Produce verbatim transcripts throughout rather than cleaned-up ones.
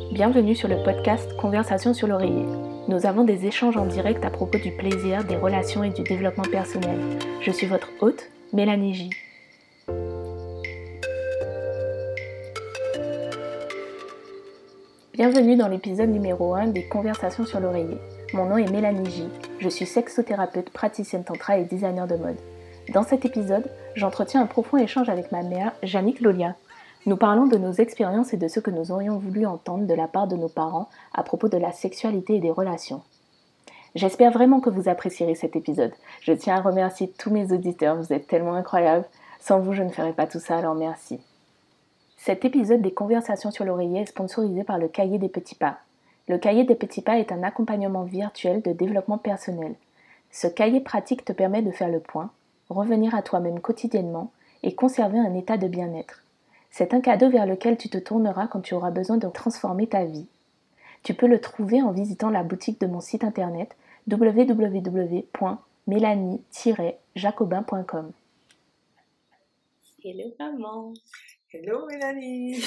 Bienvenue sur le podcast Conversation sur l'oreiller. Nous avons des échanges en direct à propos du plaisir, des relations et du développement personnel. Je suis votre hôte, Mélanie J. Bienvenue dans l'épisode numéro un des Conversations sur l'oreiller. Mon nom est Mélanie J. Je suis sexothérapeute, praticienne tantra et designer de mode. Dans cet épisode, j'entretiens un profond échange avec ma mère, Jannick Lolia. Nous parlons de nos expériences et de ce que nous aurions voulu entendre de la part de nos parents à propos de la sexualité et des relations. J'espère vraiment que vous apprécierez cet épisode. Je tiens à remercier tous mes auditeurs, vous êtes tellement incroyables. Sans vous, je ne ferais pas tout ça, alors merci. Cet épisode des Conversations sur l'oreiller est sponsorisé par le Cahier des Petits Pas. Le Cahier des Petits Pas est un accompagnement virtuel de développement personnel. Ce cahier pratique te permet de faire le point, revenir à toi-même quotidiennement et conserver un état de bien-être. C'est un cadeau vers lequel tu te tourneras quand tu auras besoin de transformer ta vie. Tu peux le trouver en visitant la boutique de mon site internet w w w point mélanie tiret jacobin point com. Hello maman. Hello Mélanie.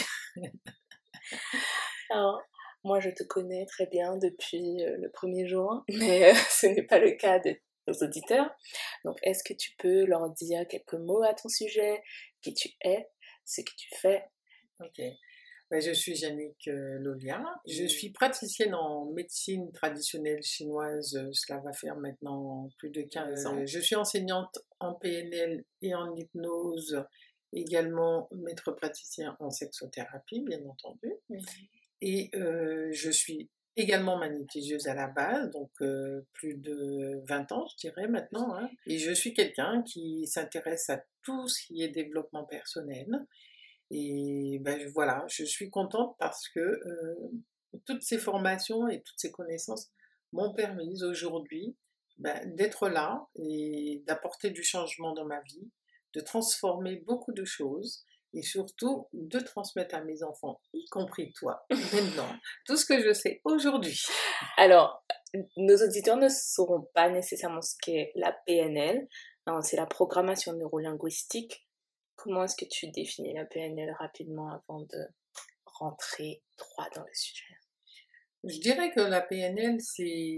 Alors, moi je te connais très bien depuis euh, le premier jour, mais euh, ce n'est pas le cas de nos auditeurs. Donc est-ce que tu peux leur dire quelques mots à ton sujet, qui tu es, ce que tu fais? Ok. Ben, je suis Jannick euh, Lolia. Je suis praticienne en médecine traditionnelle chinoise. euh, Cela va faire maintenant plus de quinze ans. Euh, je suis enseignante en P N L et en hypnose, également maître praticien en sexothérapie, bien entendu. Mm-hmm. Et euh, je suis également magnétiseuse à la base, donc euh, plus de vingt ans, je dirais maintenant. Hein. Et je suis quelqu'un qui s'intéresse à tout ce qui est développement personnel. Et ben voilà, je suis contente parce que euh, toutes ces formations et toutes ces connaissances m'ont permis aujourd'hui ben, d'être là et d'apporter du changement dans ma vie, de transformer beaucoup de choses et surtout de transmettre à mes enfants, y compris toi, maintenant, tout ce que je sais aujourd'hui. Alors, nos auditeurs ne sauront pas nécessairement ce qu'est la P N L, non, c'est la programmation neurolinguistique. Comment est-ce que tu définis la P N L rapidement avant de rentrer droit dans le sujet? Je dirais que la P N L, c'est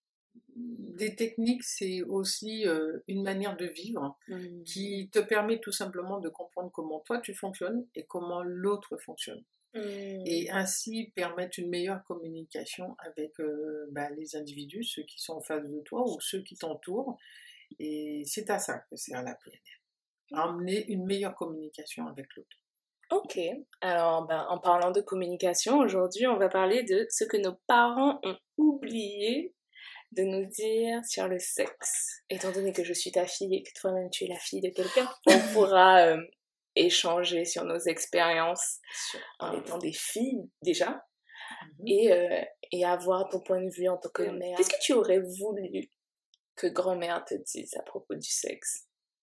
des techniques, c'est aussi euh, une manière de vivre mmh. qui te permet tout simplement de comprendre comment toi tu fonctionnes et comment l'autre fonctionne. Mmh. Et ainsi permettre une meilleure communication avec euh, bah, les individus, ceux qui sont en face de toi ou ceux qui t'entourent. Et c'est à ça que sert la P N L. Amener une meilleure communication avec l'autre. Ok, alors ben, en parlant de communication, aujourd'hui on va parler de ce que nos parents ont oublié de nous dire sur le sexe. Étant donné que je suis ta fille et que toi-même tu es la fille de quelqu'un, on pourra euh, échanger sur nos expériences sur, en euh, étant des filles déjà, mm-hmm. et, euh, et avoir ton point de vue en tant que mère. Qu'est-ce que tu aurais voulu que grand-mère te dise à propos du sexe?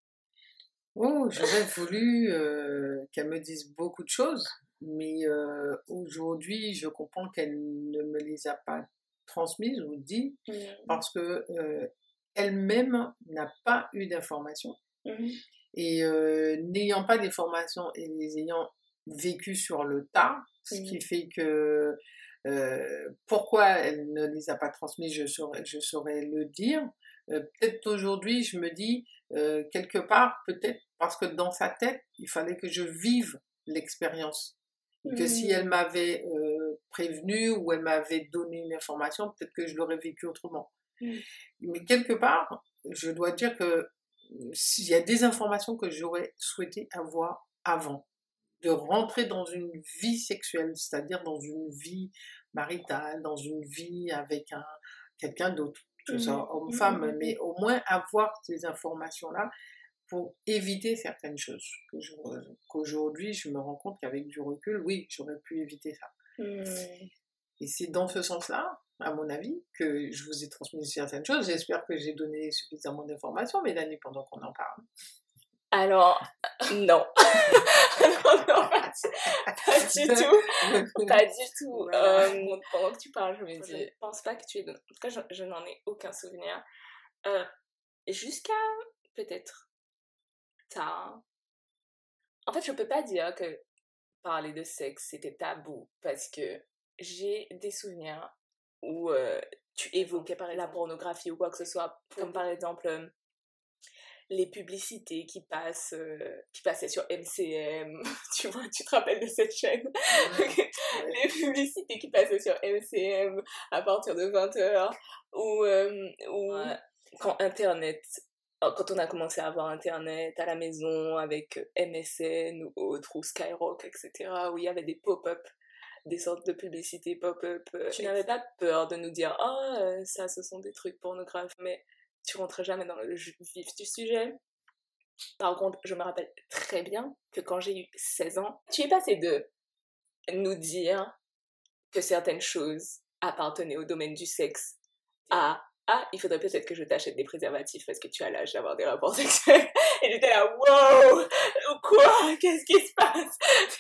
Oh, j'aurais voulu euh, qu'elle me dise beaucoup de choses, mais euh, aujourd'hui, je comprends qu'elle ne me les a pas transmises ou dites, mmh. parce que euh, elle-même n'a pas eu d'informations. Mmh. Et euh, n'ayant pas d'informations et les ayant vécues sur le tas, ce mmh. qui fait que euh, pourquoi elle ne les a pas transmises, je saurais, je saurais le dire. Euh, peut-être aujourd'hui, je me dis, euh, quelque part, peut-être parce que dans sa tête, il fallait que je vive l'expérience. Et que mmh. si elle m'avait euh, prévenue ou elle m'avait donné une information, peut-être que je l'aurais vécu autrement. Mmh. Mais quelque part, je dois dire que s'il y a des informations que j'aurais souhaité avoir avant, de rentrer dans une vie sexuelle, c'est-à-dire dans une vie maritale, dans une vie avec un, quelqu'un d'autre, que ce soit homme-femme, mmh. mais au moins avoir ces informations-là pour éviter certaines choses. Que je, qu'aujourd'hui, je me rends compte qu'avec du recul, oui, j'aurais pu éviter ça. Mmh. Et c'est dans ce sens-là, à mon avis, que je vous ai transmis certaines choses. J'espère que j'ai donné suffisamment d'informations, Mélanie, pendant qu'on en parle. Alors, non. non, non, pas, pas du tout. Pas du tout. Voilà. Euh, pendant que tu parles, je me dis, je ne pense pas que tu es... En tout cas, je, je n'en ai aucun souvenir. Euh, jusqu'à, peut-être, tard. En fait, je ne peux pas dire que parler de sexe, c'était tabou, parce que j'ai des souvenirs où euh, tu évoquais par exemple la pornographie ou quoi que ce soit, comme par exemple euh, les publicités qui passent, euh, qui passaient sur M C M, tu vois, tu te rappelles de cette chaîne? Ouais. Les publicités qui passaient sur M C M à partir de vingt heures, ou, euh, ou ouais. Quand Internet, quand on a commencé à avoir Internet à la maison avec M S N ou autre, ou Skyrock, et cetera, où il y avait des pop-up, des sortes de publicités pop-up, tu n'avais pas peur de nous dire « Ah, oh, ça, ce sont des trucs pornographes », mais tu rentrais jamais dans le vif du sujet. Par contre, je me rappelle très bien que quand j'ai eu seize ans, tu es passé de nous dire que certaines choses appartenaient au domaine du sexe à « Ah, il faudrait peut-être que je t'achète des préservatifs parce que tu as l'âge d'avoir des rapports sexuels. » Et j'étais là « Wow, quoi? Qu'est-ce qui se passe ?»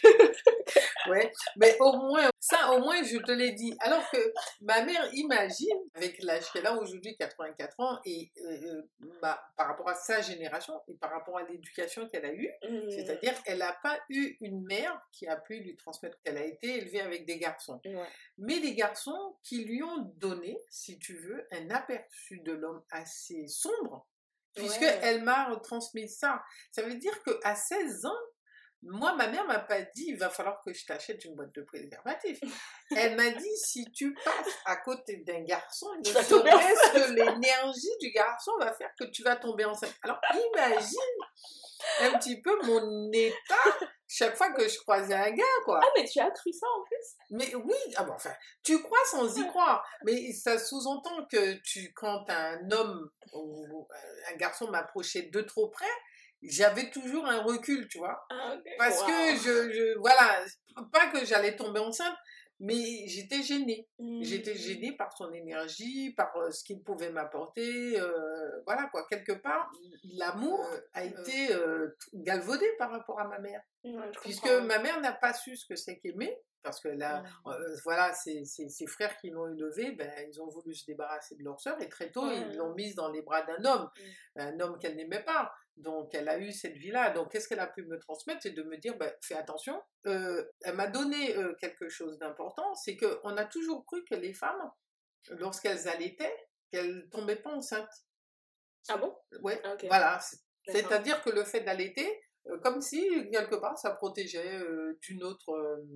Ouais, mais au moins, ça au moins je te l'ai dit. Alors que ma mère, imagine, avec l'âge qu'elle a aujourd'hui, quatre-vingt-quatre ans, et euh, bah, par rapport à sa génération et par rapport à l'éducation qu'elle a eue, mmh. c'est-à-dire elle n'a pas eu une mère qui a pu lui transmettre qu'elle a été élevée avec des garçons. Ouais. Mais des garçons qui lui ont donné, si tu veux, un aperçu de l'homme assez sombre, puisqu'elle ouais. m'a transmis ça. Ça veut dire qu'à seize ans, moi, ma mère m'a pas dit, il va falloir que je t'achète une boîte de préservatifs. Elle m'a dit, si tu passes à côté d'un garçon, ne serait-ce que l'énergie du garçon va faire que tu vas tomber enceinte. Alors, imagine un petit peu mon état chaque fois que je croisais un gars, quoi. Ah, mais tu as cru ça, en plus? Mais oui, ah bon, enfin, tu crois sans y croire. Mais ça sous-entend que tu, quand un homme ou un garçon m'approchait de trop près, j'avais toujours un recul, tu vois. Ah, okay. Parce wow. que je, je, voilà, pas que j'allais tomber enceinte, mais j'étais gênée. Mmh. J'étais gênée par son énergie, par euh, ce qu'il pouvait m'apporter. Euh, voilà, quoi. Quelque part, l'amour euh, a été euh, galvaudé par rapport à ma mère. Ouais, puisque comprends. Ma mère n'a pas su ce que c'est qu'aimer. Parce que là, mmh. euh, voilà, ses, ses, ses frères qui l'ont élevée, ben, ils ont voulu se débarrasser de leur sœur. Et très tôt, mmh. ils l'ont mise dans les bras d'un homme. Mmh. Un homme qu'elle n'aimait pas. Donc, elle a eu cette vie-là. Donc, qu'est-ce qu'elle a pu me transmettre? C'est de me dire, ben, fais attention. Euh, elle m'a donné euh, quelque chose d'important. C'est qu'on a toujours cru que les femmes, lorsqu'elles allaitaient, qu'elles ne tombaient pas enceintes. Ah bon? Ouais, okay. Voilà. C'est-à-dire que le fait d'allaiter, euh, comme si, quelque part, ça protégeait euh, d'une autre,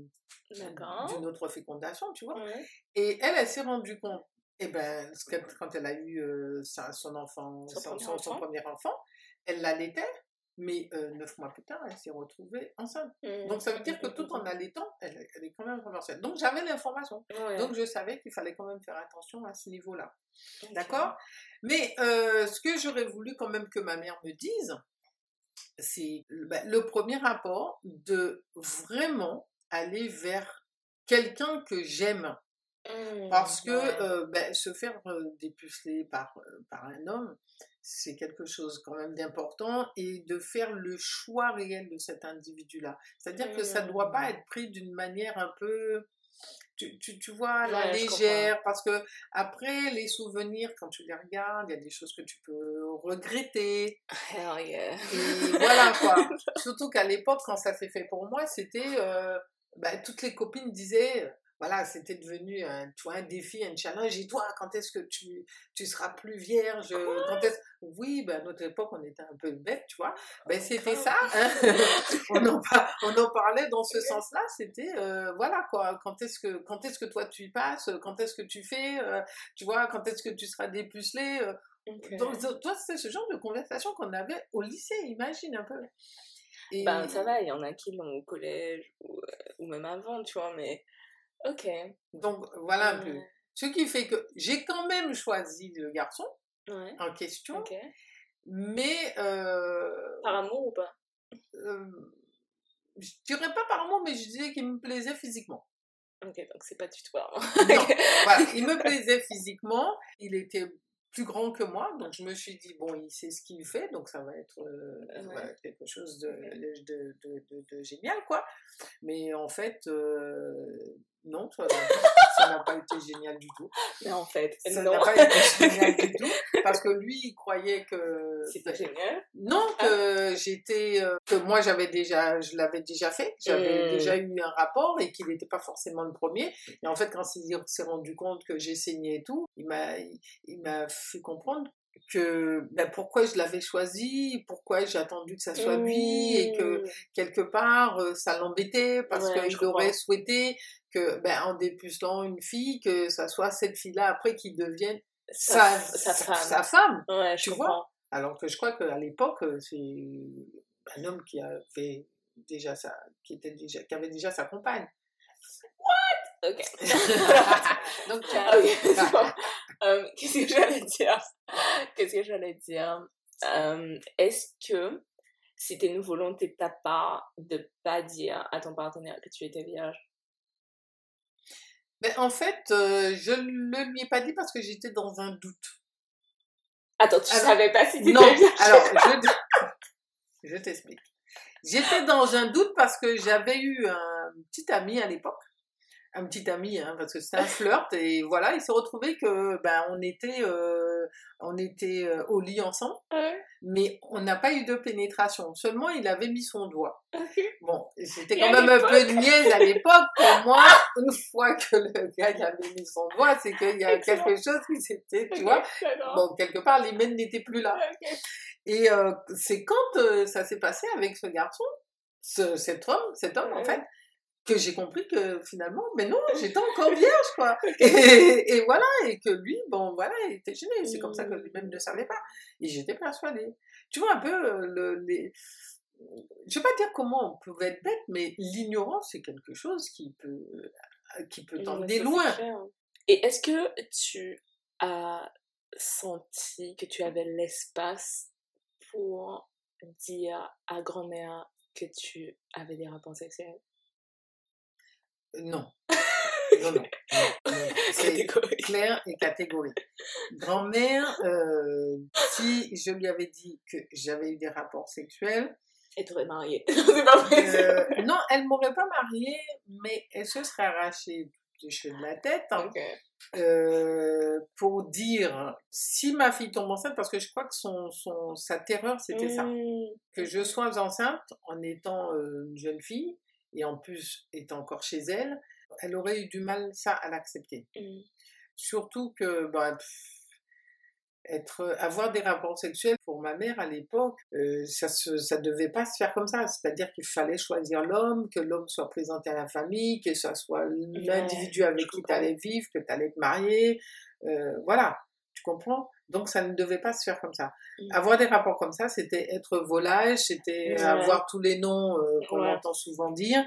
euh, d'une autre fécondation, tu vois. Ouais. Et elle, elle s'est rendue compte, eh ben, quand elle a eu euh, son enfant, son, son, premier, son, enfant. son premier enfant, elle l'allaitait, mais euh, neuf mois plus tard, elle s'est retrouvée enceinte. Mmh. Donc ça veut dire que tout en allaitant, elle, elle est quand même enceinte. Donc j'avais l'information. Ouais. Donc je savais qu'il fallait quand même faire attention à ce niveau-là. Okay. D'accord? Mais euh, ce que j'aurais voulu quand même que ma mère me dise, c'est ben, le premier rapport de vraiment aller vers quelqu'un que j'aime. Mmh, Parce que ouais. euh, ben, se faire euh, dépuceler par, euh, par un homme, c'est quelque chose quand même d'important, et de faire le choix réel de cet individu-là. C'est-à-dire mmh. que ça ne doit pas être pris d'une manière un peu, tu, tu, tu vois, ouais, la légère, parce que après, les souvenirs, quand tu les regardes, il y a des choses que tu peux regretter. Hell yeah. Et voilà, quoi. Surtout qu'à l'époque, quand ça s'est fait pour moi, c'était, euh, ben, toutes les copines disaient... Voilà, c'était devenu un, tu vois, un défi, un challenge. Et toi, quand est-ce que tu, tu seras plus vierge? Quand est-ce... Oui, ben, à notre époque, on était un peu bêtes, tu vois. Ben, c'était ça. Hein. on, en, on en parlait dans ce sens-là. C'était, euh, voilà, quoi. Quand est-ce que, quand est-ce que toi, tu y passes? Quand est-ce que tu fais? euh, Tu vois, quand est-ce que tu seras dépucelé? euh, okay. Donc, toi, c'est ce genre de conversation qu'on avait au lycée, imagine un peu. Et... Ben, ça va, il y en a qui l'ont au collège ou, ou même avant, tu vois, mais... Ok. Donc voilà un mmh. peu. Ce qui fait que j'ai quand même choisi le garçon ouais. en question, okay. mais euh, par amour ou pas? euh, Je dirais pas par amour, mais je dirais qu'il me plaisait physiquement. Ok, donc c'est pas du tout par amour. Non, voilà, il me plaisait physiquement. Il était plus grand que moi, donc je me suis dit bon, il sait ce qu'il fait, donc ça va être euh, ouais. voilà, quelque chose de, okay. de, de, de, de, de génial, quoi. Mais en fait, euh, non, ça, ça ça n'a pas été génial du tout. Mais en fait, ça non. n'a pas été génial du tout, parce que lui, il croyait que... C'était génial. Non, que ah. j'étais... Euh, que moi, j'avais déjà... Je l'avais déjà fait. J'avais mmh. déjà eu un rapport et qu'il n'était pas forcément le premier. Et en fait, quand il s'est rendu compte que j'ai saigné et tout, il m'a, il, il m'a fait comprendre que ben, pourquoi je l'avais choisi, pourquoi j'ai attendu que ça soit mmh. lui, et que quelque part ça l'embêtait parce ouais, qu'il aurait souhaité que ben, en dépucelant une fille, que ça soit cette fille-là après qui devienne sa, sa, sa femme, sa femme ouais, tu je vois comprends. Alors que je crois qu'à l'époque c'est un homme qui avait déjà sa, qui était déjà, qui avait déjà sa compagne. What? Ok. Donc, ah, oui. um, qu'est-ce que j'allais dire? Qu'est-ce que j'allais dire? Um, est-ce que c'était une volonté de ta part de pas dire à ton partenaire que tu étais vierge? Mais en fait, euh, je ne lui ai pas dit parce que j'étais dans un doute. Attends, tu alors, savais pas si tu étais non, vierge? Alors, je, je t'explique. J'étais dans un doute parce que j'avais eu un petit ami à l'époque. Un petit ami, hein, parce que c'était un flirt, et voilà, il s'est retrouvé que ben on était, euh, on était euh, au lit ensemble, ouais. Mais on n'a pas eu de pénétration. Seulement, il avait mis son doigt. Okay. Bon, c'était quand même un peu de niaise à l'époque. Pour moi, une fois que le gars il avait mis son doigt, c'est qu'il y a Excellent. Quelque chose qui s'était, tu okay. vois. Bon, quelque part, l'hymen n'était plus là. Okay. Et euh, c'est quand euh, ça s'est passé avec ce garçon, ce, cet homme, cet homme ouais. en fait, que j'ai compris que finalement, mais non, j'étais encore vierge, quoi. Et, et voilà, et que lui, bon, voilà, il était gêné. C'est comme ça que lui-même ne savait pas. Et j'étais persuadée. Tu vois un peu, le, les... je vais pas dire comment on pouvait être bête, mais l'ignorance, c'est quelque chose qui peut, qui peut t'emmener loin. Et est-ce que tu as senti que tu avais l'espace pour dire à grand-mère que tu avais des rapports sexuels? Non. Non, non. non, non. C'est clair et catégorique. Grand-mère, euh, si je lui avais dit que j'avais eu des rapports sexuels... Elle t'aurait mariée. C'est pas vrai. Euh, non, elle ne m'aurait pas mariée, mais elle se serait arrachée les cheveux de la tête. Hein, okay. euh, pour dire, si ma fille tombe enceinte, parce que je crois que son, son, sa terreur, c'était mmh. ça. Que je sois enceinte en étant euh, une jeune fille, et en plus étant encore chez elle, elle aurait eu du mal, ça, à l'accepter. Mmh. Surtout que, bah, pff, être, avoir des rapports sexuels, pour ma mère, à l'époque, euh, ça se, ça devait pas se faire comme ça. C'est-à-dire qu'il fallait choisir l'homme, que l'homme soit présenté à la famille, que ça soit l'individu ouais, avec qui tu allais vivre, que tu allais te marier, euh, voilà. Tu comprends? Donc, ça ne devait pas se faire comme ça. Mmh. Avoir des rapports comme ça, c'était être volage, c'était ouais. avoir tous les noms euh, qu'on ouais. entend souvent dire.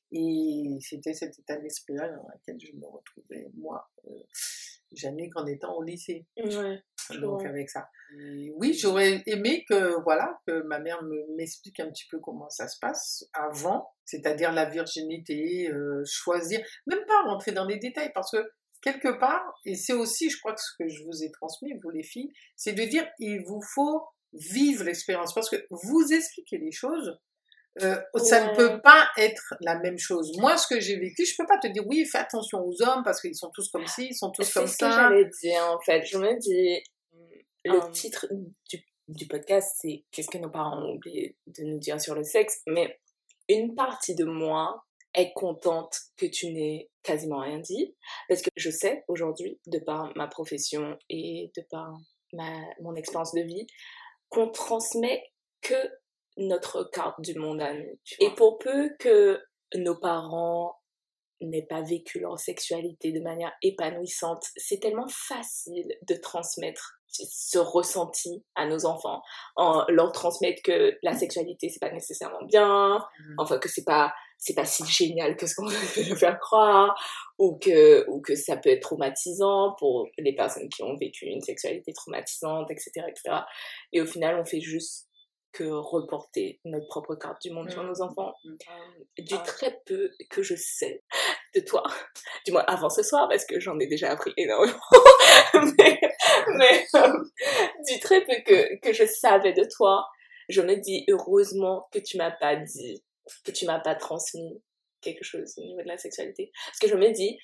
Et c'était cet état d'esprit-là dans lequel je me retrouvais, moi, euh, jamais qu'en étant au lycée. Ouais. Donc, ouais. avec ça. Et oui, j'aurais aimé que, voilà, que ma mère me, m'explique un petit peu comment ça se passe avant, c'est-à-dire la virginité, euh, choisir, même pas rentrer dans les détails, parce que quelque part, et c'est aussi, je crois que ce que je vous ai transmis, vous les filles, c'est de dire, il vous faut vivre l'expérience, parce que vous expliquez les choses, euh, ouais. ça ne peut pas être la même chose. Moi, ce que j'ai vécu, je peux pas te dire, oui, fais attention aux hommes, parce qu'ils sont tous comme ci, ils sont tous c'est comme ça. C'est ce que j'allais dire, en fait. Je me dis, le um. titre du, du podcast, c'est « Qu'est-ce que nos parents ont oublié de nous dire sur le sexe ?» Mais une partie de moi est contente que tu n'aies quasiment rien dit, parce que je sais aujourd'hui, de par ma profession et de par ma, mon expérience de vie, qu'on transmet que notre carte du monde à nous. Et pour peu que nos parents n'aient pas vécu leur sexualité de manière épanouissante, c'est tellement facile de transmettre ce ressenti à nos enfants, en leur transmettre que la sexualité c'est pas nécessairement bien, enfin que c'est pas c'est pas si génial que ce qu'on veut faire croire, ou que ou que ça peut être traumatisant pour les personnes qui ont vécu une sexualité traumatisante, et cetera, et cetera. Et au final, on fait juste que reporter notre propre carte du monde mmh. sur nos enfants. Mmh. Du ah. très peu que je sais de toi, du moins avant ce soir, parce que j'en ai déjà appris énormément, mais, mais euh, du très peu que, que je savais de toi, je me dis heureusement que tu m'as pas dit, que tu m'as pas transmis quelque chose au niveau de la sexualité. Parce que je me dis,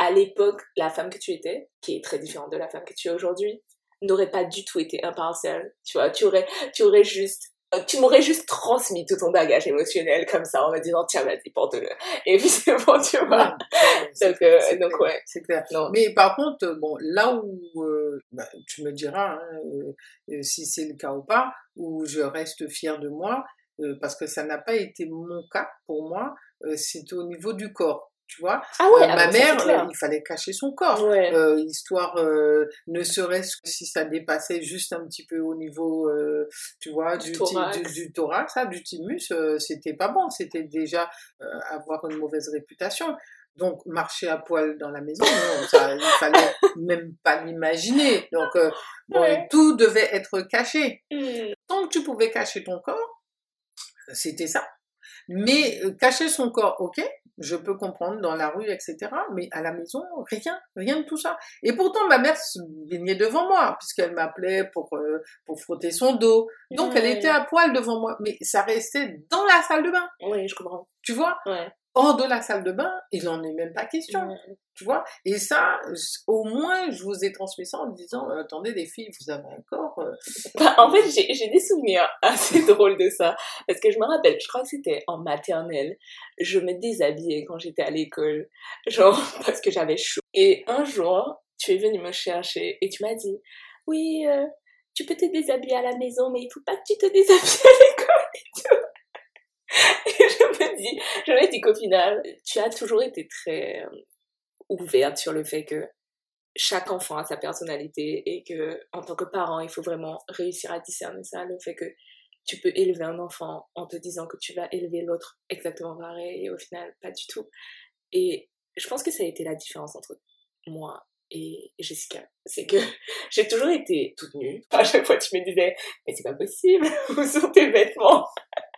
à l'époque, la femme que tu étais, qui est très différente de la femme que tu es aujourd'hui, n'aurait pas du tout été impartiale, tu vois, tu aurais, tu aurais juste, tu m'aurais juste transmis tout ton bagage émotionnel comme ça, en me disant, tiens, vas-y, porte-le. Et puis c'est bon, tu vois. Ouais, donc, euh, c'est donc clair, ouais. c'est clair. Non. Mais par contre, bon, là où, euh, bah, tu me diras hein, euh, si c'est le cas ou pas, où je reste fière de moi, euh, parce que ça n'a pas été mon cas pour moi, euh, c'était au niveau du corps. Tu vois, ah ouais, euh, ah ma bah, ça, mère, c'est clair. euh, il fallait cacher son corps, Ouais. euh, histoire, euh, ne serait-ce que si ça dépassait juste un petit peu au niveau, euh, tu vois, Du du, thorax. du, du thorax, hein, du thymus, euh, c'était pas bon, c'était déjà euh, avoir une mauvaise réputation. Donc, marcher à poil dans la maison, non, ça, il fallait même pas l'imaginer. Donc, euh, bon, Ouais. tout devait être caché. Mm. Tant que tu pouvais cacher ton corps, c'était ça. Mais euh, cacher son corps, ok, je peux comprendre dans la rue, et cetera. Mais à la maison, rien, rien de tout ça. Et pourtant, ma mère se baignait devant moi, puisqu'elle m'appelait pour, euh, pour frotter son dos. Donc, ouais. elle était à poil devant moi. Mais ça restait dans la salle de bain. Oui, je comprends. Tu vois, ouais. hors de la salle de bain, il n'en est même pas question. Ouais. Tu vois, et ça, au moins, je vous ai transmis ça en disant, euh, attendez les filles, vous avez un corps... Euh... Bah, en fait, j'ai, j'ai des souvenirs assez drôles de ça. Parce que je me rappelle, je crois que c'était en maternelle, je me déshabillais quand j'étais à l'école. Genre, parce que j'avais chaud. Et un jour, tu es venu me chercher et tu m'as dit, oui, euh, tu peux te déshabiller à la maison, mais il faut pas que tu te déshabilles à l'école et tout. Et je me dis, je me dis qu'au final, tu as toujours été très euh, ouverte sur le fait que chaque enfant a sa personnalité et que, en tant que parent, il faut vraiment réussir à discerner ça, le fait que tu peux élever un enfant en te disant que tu vas élever l'autre exactement pareil et au final, pas du tout. Et je pense que ça a été la différence entre moi et Jessica. C'est que j'ai toujours été toute nue. À chaque fois, tu me disais, mais c'est pas possible, où sont tes vêtements?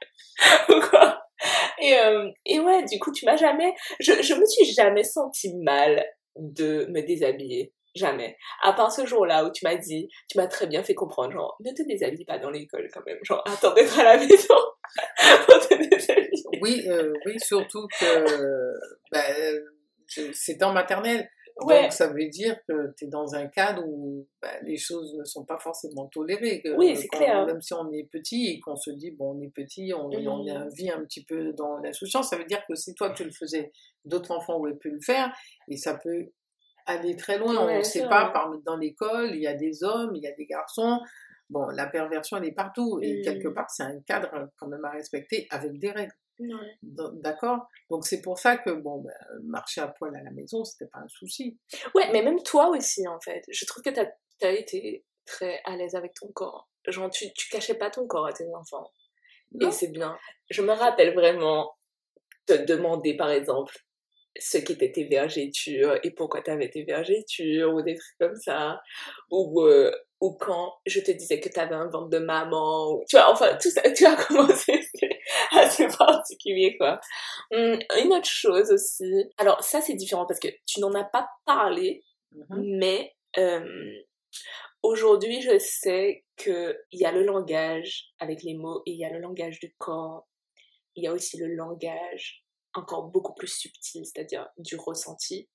Ou quoi? Et, euh, et ouais, du coup, tu m'as jamais... Je, je me suis jamais sentie mal de me déshabiller. Jamais. À part ce jour-là où tu m'as dit, tu m'as très bien fait comprendre, genre, ne te déshabille pas dans l'école quand même. Genre, attends d'être à la maison pour te déshabiller. Oui, euh, oui, surtout que bah, je, c'est en maternelle. Ouais. Donc, ça veut dire que tu es dans un cadre où bah, les choses ne sont pas forcément tolérées. Que, oui, c'est quand, clair. Même si on est petit et qu'on se dit, bon, on est petit, on, mmh. on vit un petit peu dans l'insouciance, ça veut dire que si toi tu le faisais, d'autres enfants auraient pu le faire et ça peut aller très loin. Ouais, on ne sait vrai. pas, par, dans l'école, il y a des hommes, il y a des garçons. Bon, la perversion, elle est partout. Et mmh. quelque part, c'est un cadre quand même à respecter avec des règles. Ouais. D'accord. Donc c'est pour ça que bon, ben, marcher à poil à la maison, c'était pas un souci. Ouais, mais même toi aussi en fait. Je trouve que t'as, t'as été très à l'aise avec ton corps. Genre tu, tu cachais pas ton corps à tes enfants. Non. Et c'est bien. Je me rappelle vraiment te demander par exemple ce qu'étaient tes vergetures et pourquoi t'avais tes vergetures ou des trucs comme ça. Ou euh, ou quand je te disais que t'avais un ventre de maman, ou, tu vois, enfin, tout ça, tu as commencé, c'est assez particulier, quoi. Hum, une autre chose aussi, alors ça c'est différent parce que tu n'en as pas parlé, mm-hmm. mais euh, aujourd'hui je sais qu'il y a le langage avec les mots et il y a le langage du corps, il y a aussi le langage encore beaucoup plus subtil, c'est-à-dire du ressenti.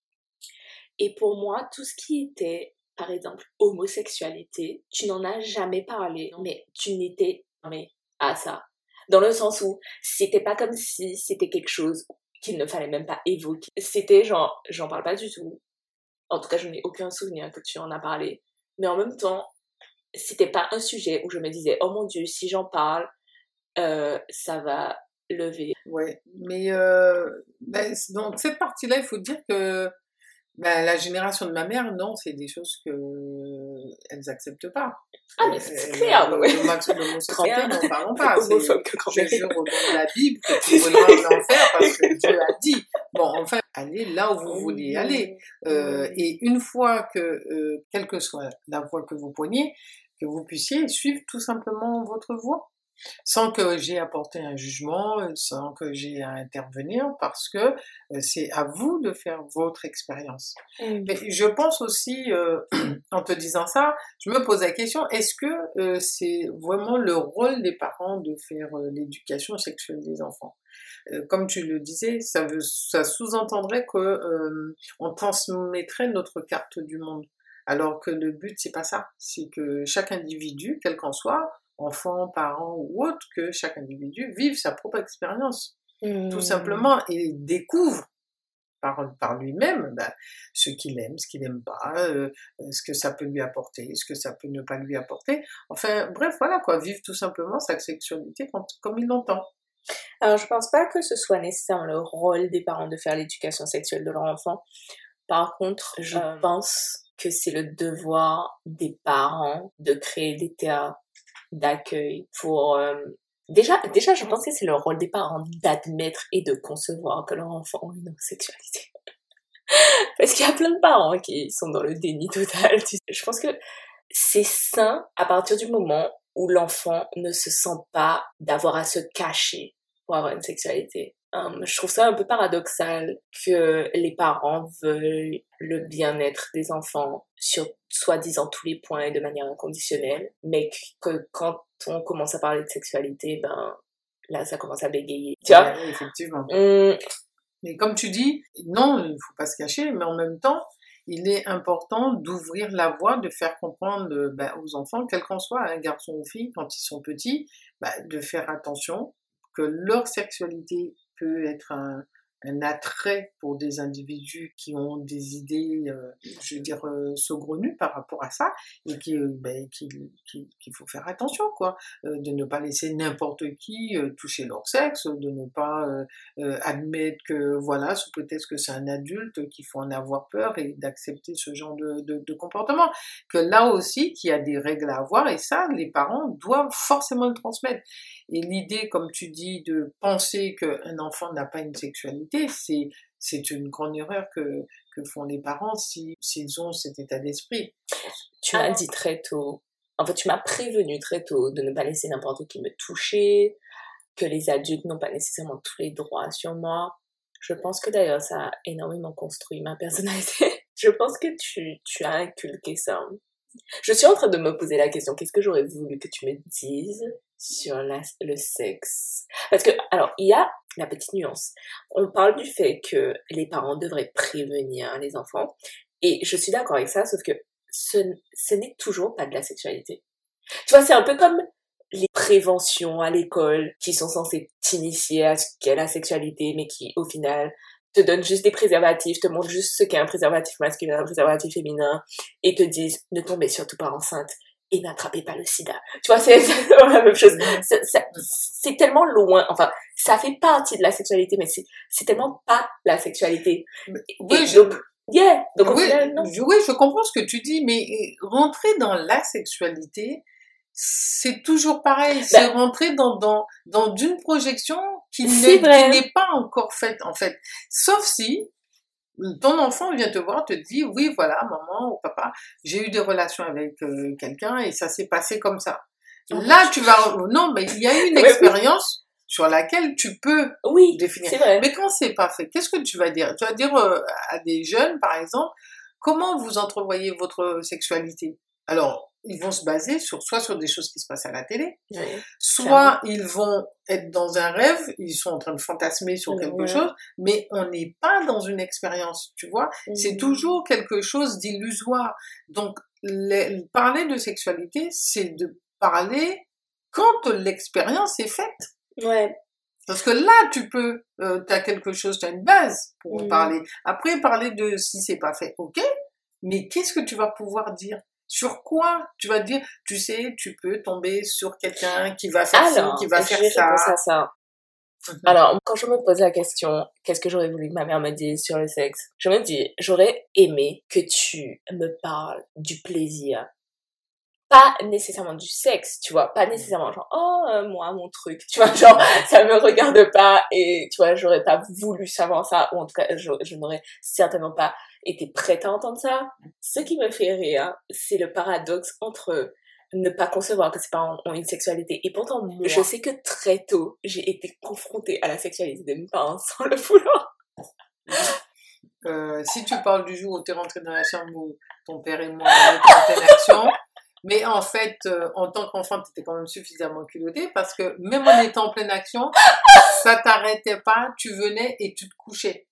Et pour moi, tout ce qui était par exemple, homosexualité, tu n'en as jamais parlé, mais tu n'étais jamais à ça. Dans le sens où c'était pas comme si c'était quelque chose qu'il ne fallait même pas évoquer. C'était genre, j'en parle pas du tout. En tout cas, je n'ai aucun souvenir que tu en as parlé. Mais en même temps, c'était pas un sujet où je me disais, oh mon Dieu, si j'en parle, euh, ça va lever. Ouais, mais euh, ben, donc cette partie-là, il faut dire que ben, la génération de ma mère, non, c'est des choses que elles acceptent pas. Ah, mais c'est euh, clair, le, ouais. Le max de l'homosexualité, n'en parlons pas. Homophobe que je jure au nom de la Bible que tu voudras l'enfer parce que Dieu a dit. Bon, enfin, allez là où vous voulez aller. Euh, et une fois que, euh, quelle que soit la voie que vous preniez, que vous puissiez suivre tout simplement votre voie. Sans que j'ai apporté un jugement, sans que j'ai à intervenir, parce que c'est à vous de faire votre expérience. Mmh. Mais je pense aussi, euh, en te disant ça, je me pose la question, est-ce que euh, c'est vraiment le rôle des parents de faire euh, l'éducation sexuelle des enfants ? euh, comme tu le disais, ça, veut, ça sous-entendrait que euh, on transmettrait notre carte du monde. Alors que le but, c'est pas ça. C'est que chaque individu, quel qu'en soit, enfant, parent ou autre, que chaque individu vive sa propre expérience. Mmh. Tout simplement, et découvre par, par lui-même ben, ce qu'il aime, ce qu'il n'aime pas, euh, ce que ça peut lui apporter, ce que ça peut ne pas lui apporter. Enfin, bref, voilà quoi, vivre tout simplement sa sexualité quand, comme il l'entend. Alors, je pense pas que ce soit nécessairement le rôle des parents de faire l'éducation sexuelle de leur enfant. Par contre, je euh, pense que c'est le devoir des parents de créer des théâtres d'accueil pour... Euh, déjà, déjà, je pense que c'est le rôle des parents d'admettre et de concevoir que leur enfant a une sexualité. Parce qu'il y a plein de parents qui sont dans le déni total. Tu sais. Je pense que c'est sain à partir du moment où l'enfant ne se sent pas d'avoir à se cacher pour avoir une sexualité. Um, je trouve ça un peu paradoxal que les parents veuillent le bien-être des enfants sur soi-disant tous les points et de manière inconditionnelle, mais que quand on commence à parler de sexualité, ben là ça commence à bégayer. Tu vois? Oui, effectivement. Hum. Mais comme tu dis, non, il ne faut pas se cacher, mais en même temps, il est important d'ouvrir la voie, de faire comprendre ben, aux enfants, quel qu'en soit, un garçon ou fille, quand ils sont petits, ben, de faire attention que leur sexualité peut être un, un attrait pour des individus qui ont des idées, euh, je veux dire, euh, saugrenues par rapport à ça, et qui, euh, ben, qui, qui, qu'il faut faire attention, quoi, euh, de ne pas laisser n'importe qui euh, toucher leur sexe, de ne pas euh, euh, admettre que, voilà, sous prétexte que c'est un adulte, qu'il faut en avoir peur et d'accepter ce genre de, de, de comportement. Que là aussi, qu'il y a des règles à avoir, et ça, les parents doivent forcément le transmettre. Et l'idée, comme tu dis, de penser qu'un enfant n'a pas une sexualité, c'est, c'est une grande erreur que, que font les parents si, s'ils ont cet état d'esprit. Tu m'as dit très tôt, en fait, tu m'as prévenu très tôt de ne pas laisser n'importe qui me toucher, que les adultes n'ont pas nécessairement tous les droits sur moi. Je pense que d'ailleurs, ça a énormément construit ma personnalité. Je pense que tu, tu as inculqué ça. Je suis en train de me poser la question, qu'est-ce que j'aurais voulu que tu me dises sur la, le sexe? Parce que, alors, il y a la petite nuance. On parle du fait que les parents devraient prévenir les enfants, et je suis d'accord avec ça, sauf que ce, ce n'est toujours pas de la sexualité. Tu vois, c'est un peu comme les préventions à l'école qui sont censées t'initier à ce qu'est la sexualité, mais qui, au final, te donnent juste des préservatifs, te montrent juste ce qu'est un préservatif masculin, un préservatif féminin, et te disent ne tombez surtout pas enceinte et n'attrapez pas le sida. Tu vois, c'est, c'est la même chose. C'est, c'est, c'est tellement loin, enfin, ça fait partie de la sexualité, mais c'est, c'est tellement pas la sexualité. Oui, et je... donc, yeah, donc au oui, final, non. Je, oui, je comprends ce que tu dis, mais rentrer dans la sexualité, c'est toujours pareil, ben, c'est rentrer dans, dans, dans une projection qui n'est, qui n'est pas encore faite, en fait. Sauf si ton enfant vient te voir, te dit, oui, voilà, maman ou papa, j'ai eu des relations avec euh, quelqu'un et ça s'est passé comme ça. Oh, là, tu vas, non, mais il y a une expérience sur laquelle tu peux oui, définir. C'est vrai. Mais quand c'est pas fait, qu'est-ce que tu vas dire? Tu vas dire euh, à des jeunes, par exemple, comment vous entrevoyez votre sexualité? Alors, ils vont se baser sur, soit sur des choses qui se passent à la télé, oui, soit clairement. Ils vont être dans un rêve, ils sont en train de fantasmer sur quelque ouais. chose, mais on n'est pas dans une expérience, tu vois. Mmh. C'est toujours quelque chose d'illusoire. Donc, les, parler de sexualité, c'est de parler quand l'expérience est faite. Ouais. Parce que là, tu peux, euh, t'as quelque chose, t'as une base pour mmh. parler. Après, parler de si c'est pas fait, ok, mais qu'est-ce que tu vas pouvoir dire? Sur quoi tu vas dire, tu sais, tu peux tomber sur quelqu'un qui va faire Alors, ci, qui va faire ça. À ça. Mm-hmm. Alors, quand je me pose la question, qu'est-ce que j'aurais voulu que ma mère me dise sur le sexe? Je me dis, j'aurais aimé que tu me parles du plaisir. Pas nécessairement du sexe, tu vois, pas nécessairement genre, oh, euh, moi, mon truc, tu vois, genre, ça me regarde pas, et tu vois, j'aurais pas voulu savoir ça, ou en tout cas, je, je n'aurais certainement pas été prête à entendre ça. Ce qui me fait rire, c'est le paradoxe entre ne pas concevoir que c'est pas en, en une sexualité, et pourtant, moi, je sais que très tôt, j'ai été confrontée à la sexualité de mes parents sans le vouloir. Euh, si tu parles du jour où t'es rentrée dans la chambre où ton père et moi, on était en pleine action, Mais en fait, euh, en tant qu'enfant, tu étais quand même suffisamment culotté parce que même en étant en pleine action, ça t'arrêtait pas, tu venais et tu te couchais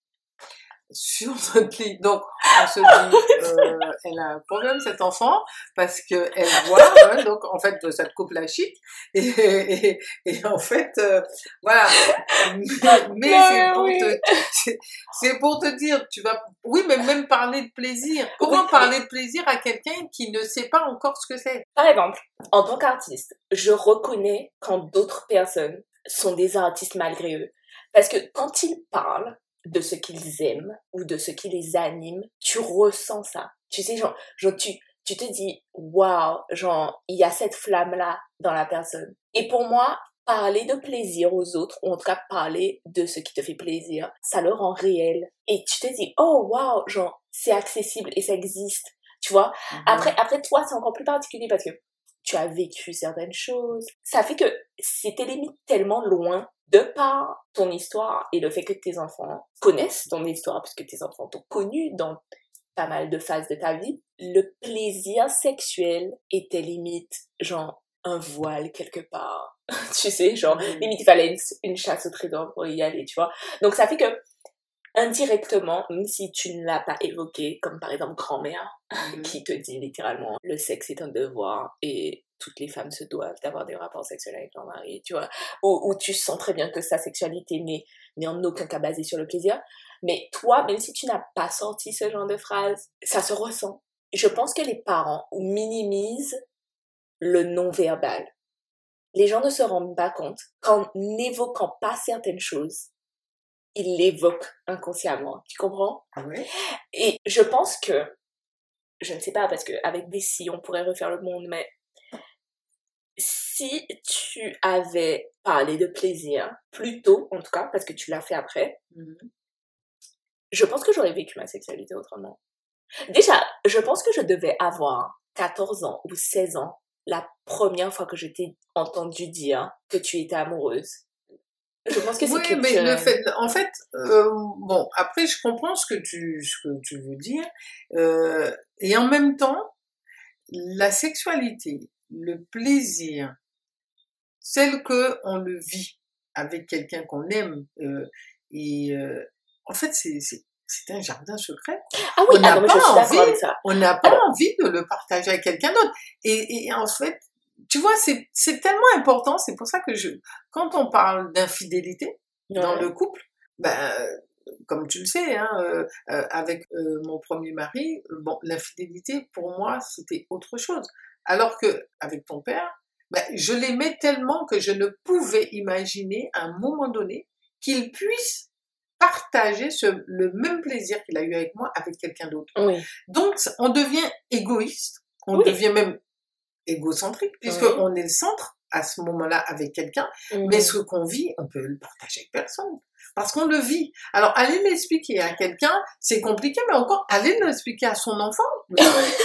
sur notre lit. Donc, on se dit, euh, elle a un problème, cet enfant, parce que elle voit, hein, donc, en fait, ça te coupe la chic. Et, et, et en fait, euh, voilà. Mais, mais Non, c'est mais pour oui. te, c'est, c'est pour te dire, tu vas, oui, mais même parler de plaisir. Comment Oui, parler de plaisir à quelqu'un qui ne sait pas encore ce que c'est? Par exemple, en tant qu'artiste, je reconnais quand d'autres personnes sont des artistes malgré eux. Parce que quand ils parlent de ce qu'ils aiment ou de ce qui les anime, tu ressens ça. Tu sais, genre, genre tu, tu te dis, waouh, genre, il y a cette flamme-là dans la personne. Et pour moi, parler de plaisir aux autres, ou en tout cas parler de ce qui te fait plaisir, ça le rend réel. Et tu te dis, oh waouh, genre, c'est accessible et ça existe. Tu vois, mm-hmm. après, après, toi, c'est encore plus particulier parce que tu as vécu certaines choses. Ça fait que c'était limite tellement loin de par ton histoire et le fait que tes enfants connaissent ton histoire, puisque tes enfants t'ont connu dans pas mal de phases de ta vie. Le plaisir sexuel était limite, genre, un voile quelque part. Tu sais, genre, mm-hmm. limite, il fallait une, une chasse au trésor pour y aller, tu vois. Donc, ça fait que indirectement, même si tu ne l'as pas évoqué, comme par exemple grand-mère, mmh. qui te dit littéralement le sexe est un devoir et toutes les femmes se doivent d'avoir des rapports sexuels avec leur mari, tu vois, où, où tu sens très bien que sa sexualité n'est, n'est en aucun cas basée sur le plaisir. Mais toi, même si tu n'as pas sorti ce genre de phrase, ça se ressent. Je pense que les parents minimisent le non-verbal. Les gens ne se rendent pas compte qu'en n'évoquant pas certaines choses, il l'évoque inconsciemment, tu comprends? Oui. Et je pense que, je ne sais pas, parce qu'avec des si, on pourrait refaire le monde, mais si tu avais parlé de plaisir plus tôt, en tout cas, parce que tu l'as fait après, mm-hmm. je pense que j'aurais vécu ma sexualité autrement. Déjà, je pense que je devais avoir quatorze ans ou seize ans la première fois que je t'ai entendu dire que tu étais amoureuse. Je pense que c'est oui, culturel. mais le fait, en fait, euh, bon, après, je comprends ce que tu, ce que tu veux dire, euh, et en même temps, la sexualité, le plaisir, tel que on le vit avec quelqu'un qu'on aime, euh, et euh, en fait, c'est, c'est, c'est un jardin secret. Ah oui, on n'a ah non, pas je suis envie, avec ça. on n'a pas Alors, envie de le partager avec quelqu'un d'autre, et, et en fait. Tu vois, c'est, c'est tellement important, c'est pour ça que je, quand on parle d'infidélité ouais. dans le couple, ben, comme tu le sais, hein, euh, euh, avec euh, mon premier mari, bon, l'infidélité, pour moi, c'était autre chose. Alors que, avec ton père, ben, je l'aimais tellement que je ne pouvais imaginer à un moment donné qu'il puisse partager ce, le même plaisir qu'il a eu avec moi avec quelqu'un d'autre. Oui. Donc, on devient égoïste, on oui. devient même égocentrique, puisqu'on mmh. est le centre à ce moment-là avec quelqu'un, mmh. mais ce qu'on vit, on peut le partager avec personne, parce qu'on le vit. Alors, aller l'expliquer à quelqu'un, c'est compliqué, mais encore, aller l'expliquer à son enfant, mais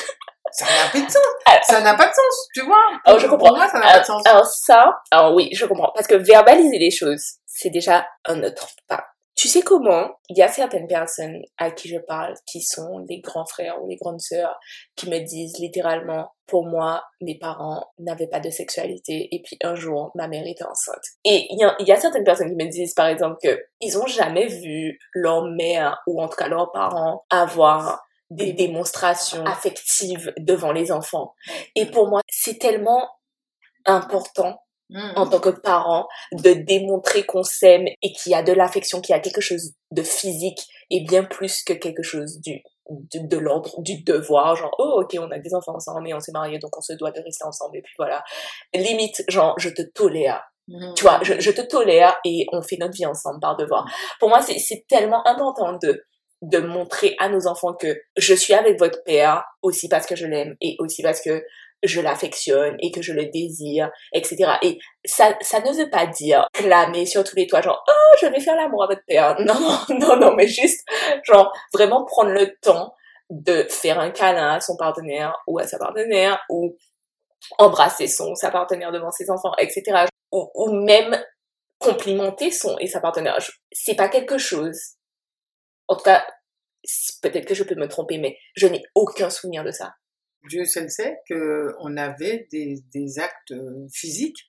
ça n'a pas de sens. Ça n'a pas de sens, tu vois. Alors, je comprends. Pour moi, ça n'a alors, pas de sens. Alors ça, alors oui, je comprends, parce que verbaliser les choses, c'est déjà un autre pas. Tu sais comment, il y a certaines personnes à qui je parle, qui sont les grands frères ou les grandes sœurs, qui me disent littéralement, pour moi, mes parents n'avaient pas de sexualité, et puis un jour, ma mère était enceinte. Et il y a, il y a certaines personnes qui me disent, par exemple, que ils ont jamais vu leur mère, ou en tout cas leurs parents, avoir des démonstrations affectives devant les enfants. Et pour moi, c'est tellement important Mmh. en tant que parent, de démontrer qu'on s'aime et qu'il y a de l'affection, qu'il y a quelque chose de physique et bien plus que quelque chose du, de, de l'ordre du devoir, genre, oh, ok, on a des enfants ensemble mais on s'est mariés donc on se doit de rester ensemble et puis voilà. Limite, genre, je te tolère. Mmh. Tu vois, je, je te tolère et on fait notre vie ensemble par devoir. Pour moi, c'est, c'est tellement important de, de montrer à nos enfants que je suis avec votre père aussi parce que je l'aime et aussi parce que je l'affectionne et que je le désire, et cetera. Et ça, ça ne veut pas dire clamer sur tous les toits, genre, oh, je vais faire l'amour à votre père. Non, non, non, non, mais juste, genre, vraiment prendre le temps de faire un câlin à son partenaire ou à sa partenaire, ou embrasser son, sa partenaire devant ses enfants, et cetera. Ou, ou même complimenter son et sa partenaire. C'est pas quelque chose, en tout cas, peut-être que je peux me tromper, mais je n'ai aucun souvenir de ça. Dieu seul sait qu'on avait des, des actes physiques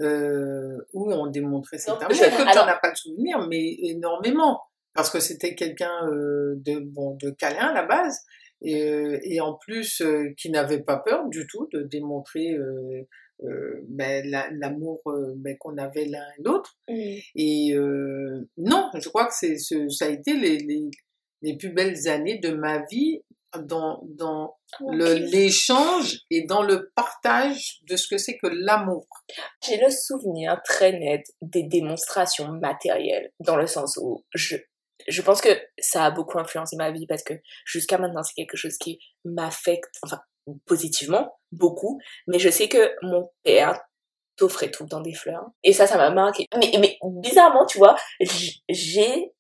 euh, où on démontrait cet amour. Je... Toi, tu Alors... n'en as pas le souvenir, mais énormément. Parce que c'était quelqu'un euh, de, bon, de câlin à la base. Et, et en plus, euh, qui n'avait pas peur du tout de démontrer euh, euh, ben, la, l'amour euh, ben, qu'on avait l'un et l'autre. Mmh. Et euh, non, je crois que c'est, ce, ça a été les, les, les plus belles années de ma vie dans, dans okay. le, l'échange et dans le partage de ce que c'est que l'amour. J'ai le souvenir très net des démonstrations matérielles, dans le sens où je... Je pense que ça a beaucoup influencé ma vie parce que jusqu'à maintenant, c'est quelque chose qui m'affecte, enfin, positivement, beaucoup. Mais je sais que mon père t'offrait tout le temps des fleurs. Et ça, ça m'a marqué. Mais, mais bizarrement, tu vois, j'ai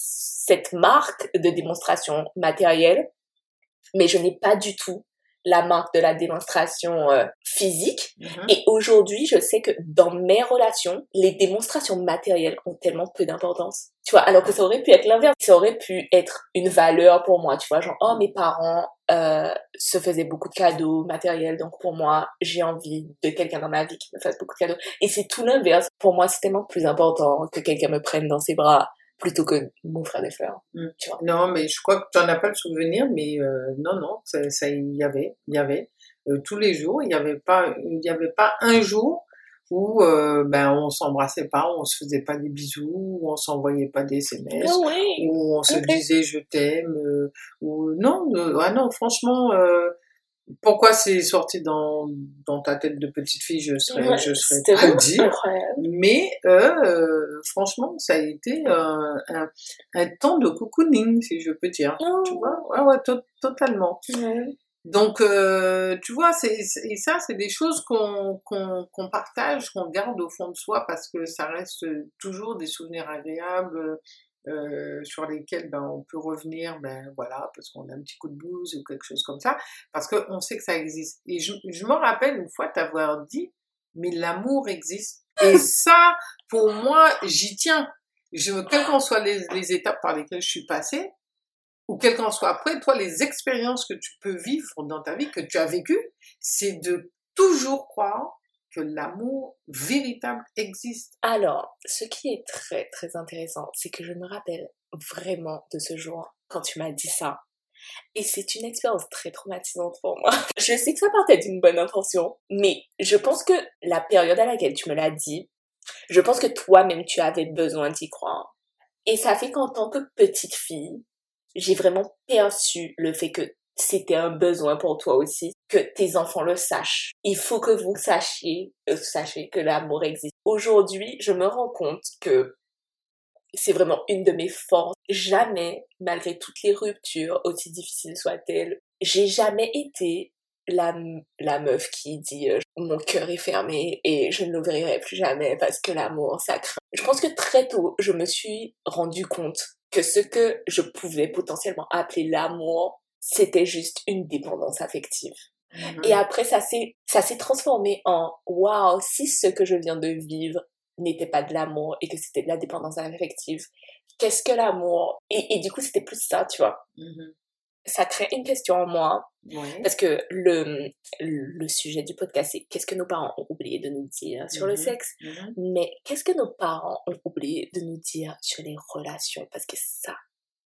cette marque de démonstration matérielle, mais je n'ai pas du tout la marque de la démonstration euh, physique. Mm-hmm. Et aujourd'hui, je sais que dans mes relations, les démonstrations matérielles ont tellement peu d'importance. Tu vois, alors que ça aurait pu être l'inverse. Ça aurait pu être une valeur pour moi, tu vois, genre, oh, mes parents euh, se faisaient beaucoup de cadeaux matériels, donc pour moi, j'ai envie de quelqu'un dans ma vie qui me fasse beaucoup de cadeaux. Et c'est tout l'inverse. Pour moi, c'est tellement plus important que quelqu'un me prenne dans ses bras plutôt que m'offrir des fleurs. Mmh. Tu vois. Non, mais je crois que tu n'en as pas le souvenir, mais euh, non, non, ça, ça, il y avait, il y avait euh, tous les jours, il n'y avait pas, il y avait pas un jour où euh, ben on s'embrassait pas, on se faisait pas des bisous, où on s'envoyait pas des S M S, oh oui. où on se okay. disait je t'aime, euh, ou non, euh, ah non, franchement. Euh, Pourquoi c'est sorti dans, dans ta tête de petite fille, je serais, ouais, je serais pas le dire. Mais, euh, franchement, ça a été un, un, un temps de cocooning, si je peux dire. Oh. Tu vois? Ouais, ouais, to- totalement. Ouais. Donc, euh, tu vois, c'est, c'est, et ça, c'est des choses qu'on, qu'on, qu'on partage, qu'on garde au fond de soi parce que ça reste toujours des souvenirs agréables. Euh, sur lesquels ben, on peut revenir, ben voilà, parce qu'on a un petit coup de blues ou quelque chose comme ça, parce qu'on sait que ça existe. Et je, je me rappelle une fois t'avoir dit, mais l'amour existe. Et ça, pour moi, j'y tiens. Je, quelles qu'en soient les, les étapes par lesquelles je suis passée, ou quelles qu'en soient après, toi, les expériences que tu peux vivre dans ta vie, que tu as vécues, c'est de toujours croire que l'amour véritable existe. Alors, ce qui est très très intéressant, c'est que je me rappelle vraiment de ce jour quand tu m'as dit ça. Et c'est une expérience très traumatisante pour moi. Je sais que ça partait d'une bonne intention, mais je pense que la période à laquelle tu me l'as dit, je pense que toi-même tu avais besoin d'y croire. Et ça fait qu'en tant que petite fille, j'ai vraiment perçu le fait que c'était un besoin pour toi aussi, que tes enfants le sachent. Il faut que vous sachiez, euh, sachiez que l'amour existe. Aujourd'hui, je me rends compte que c'est vraiment une de mes forces. Jamais, malgré toutes les ruptures, aussi difficiles soient-elles, j'ai jamais été la, la meuf qui dit euh, mon cœur est fermé et je ne l'ouvrirai plus jamais parce que l'amour, ça craint. Je pense que très tôt, je me suis rendu compte que ce que je pouvais potentiellement appeler l'amour, c'était juste une dépendance affective. Mmh. Et après, ça s'est, ça s'est transformé en « Waouh, si ce que je viens de vivre n'était pas de l'amour et que c'était de la dépendance affective, qu'est-ce que l'amour ?» et, et du coup, c'était plus ça, tu vois. Mmh. Ça crée une question en moi, oui. Parce que le, le sujet du podcast, c'est « Qu'est-ce que nos parents ont oublié de nous dire sur mmh. le sexe mmh. ?» Mais qu'est-ce que nos parents ont oublié de nous dire sur les relations ? Parce que ça,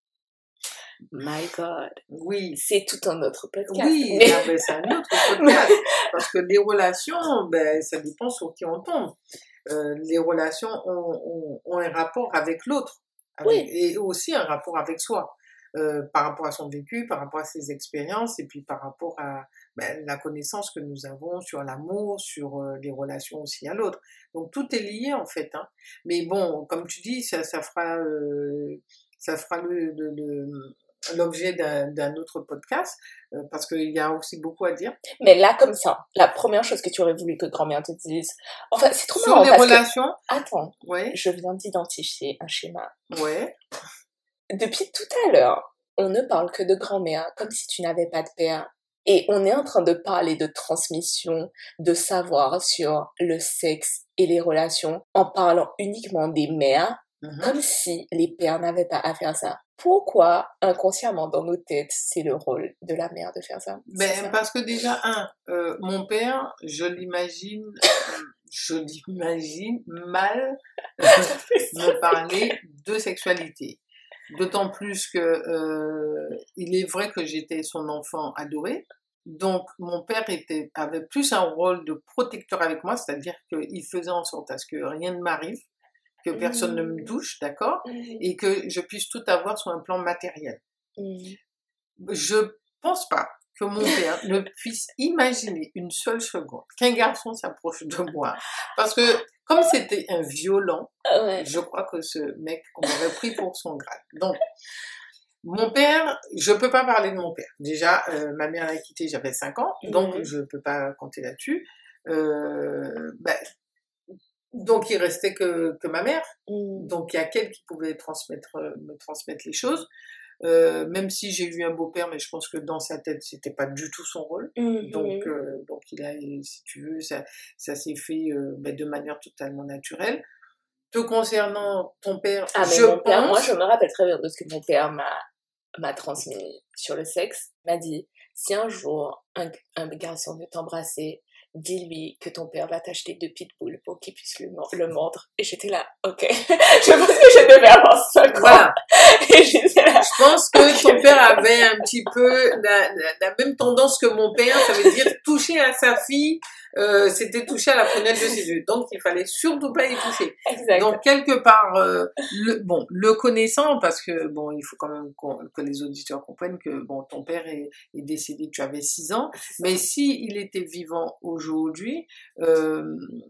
my God. Oui. C'est tout un autre podcast. Oui, mais... Ah ben, c'est un autre podcast. Parce que les relations, ben, ça dépend sur qui on tombe. Euh, les relations ont, ont, ont un rapport avec l'autre. Avec, oui. Et aussi un rapport avec soi. Euh, par rapport à son vécu, par rapport à ses expériences, et puis par rapport à ben, la connaissance que nous avons sur l'amour, sur euh, les relations aussi à l'autre. Donc tout est lié en fait. Hein. Mais bon, comme tu dis, ça, ça fera, euh, ça fera le, le, le l'objet d'un, d'un autre podcast, euh, parce qu'il y a aussi beaucoup à dire. Mais là, comme ça, la première chose que tu aurais voulu que grand-mère te dise... Enfin, c'est trop sur marrant les parce relations. Que... Attends, ouais. Je viens d'identifier un schéma. Ouais. Depuis tout à l'heure, on ne parle que de grand-mère, comme si tu n'avais pas de père. Et on est en train de parler de transmission, de savoir sur le sexe et les relations, en parlant uniquement des mères, mm-hmm. comme si les pères n'avaient pas à faire ça. pourquoi, inconsciemment, dans nos têtes, c'est le rôle de la mère de faire ça? Ben, parce que déjà, un, euh, mon père, je l'imagine, je l'imagine mal me parler de sexualité. D'autant plus que euh, il est vrai que j'étais son enfant adoré. Donc, mon père était, avait plus un rôle de protecteur avec moi, c'est-à-dire qu'il faisait en sorte à ce que rien ne m'arrive, que personne mmh. ne me touche, d'accord, mmh. et que je puisse tout avoir sur un plan matériel. Mmh. Je pense pas que mon père ne puisse imaginer une seule seconde qu'un garçon s'approche de moi, parce que comme c'était un violent, ouais. je crois que ce mec, on m'aurait pris pour son grade. Donc, mon père, je peux pas parler de mon père. Déjà, euh, ma mère l'a quitté, j'avais cinq ans, donc mmh. je peux pas compter là-dessus. Euh, bah, donc il restait que, que ma mère. Mmh. Donc il y a qu'elle qui pouvait transmettre, me transmettre les choses. Euh, même si j'ai eu un beau-père, mais je pense que dans sa tête, c'était pas du tout son rôle. Mmh. Donc, euh, donc il a, si tu veux, ça, ça s'est fait euh, bah, de manière totalement naturelle. Te concernant ton père, ah, mais je mon pense... père, moi je me rappelle très bien de ce que mon père m'a, m'a transmis sur le sexe. Il m'a dit, si un jour un, un garçon veut t'embrasser, dis-lui que ton père va t'acheter deux pitbulls pour qu'il puisse le, le mordre. Et j'étais là, ok. Je pense que je devais avoir cinq ans. Voilà. Et j'étais là. Je pense que okay. ton père avait un petit peu la, la, la même tendance que mon père, ça veut dire toucher à sa fille, euh, c'était toucher à la prunelle de ses yeux. Donc il fallait surtout pas y toucher. Exact. Donc quelque part, euh, le, bon, le connaissant, parce que bon, il faut quand même que les auditeurs comprennent que bon, ton père est, est décédé, tu avais six ans, mais si il était vivant aujourd'hui, euh,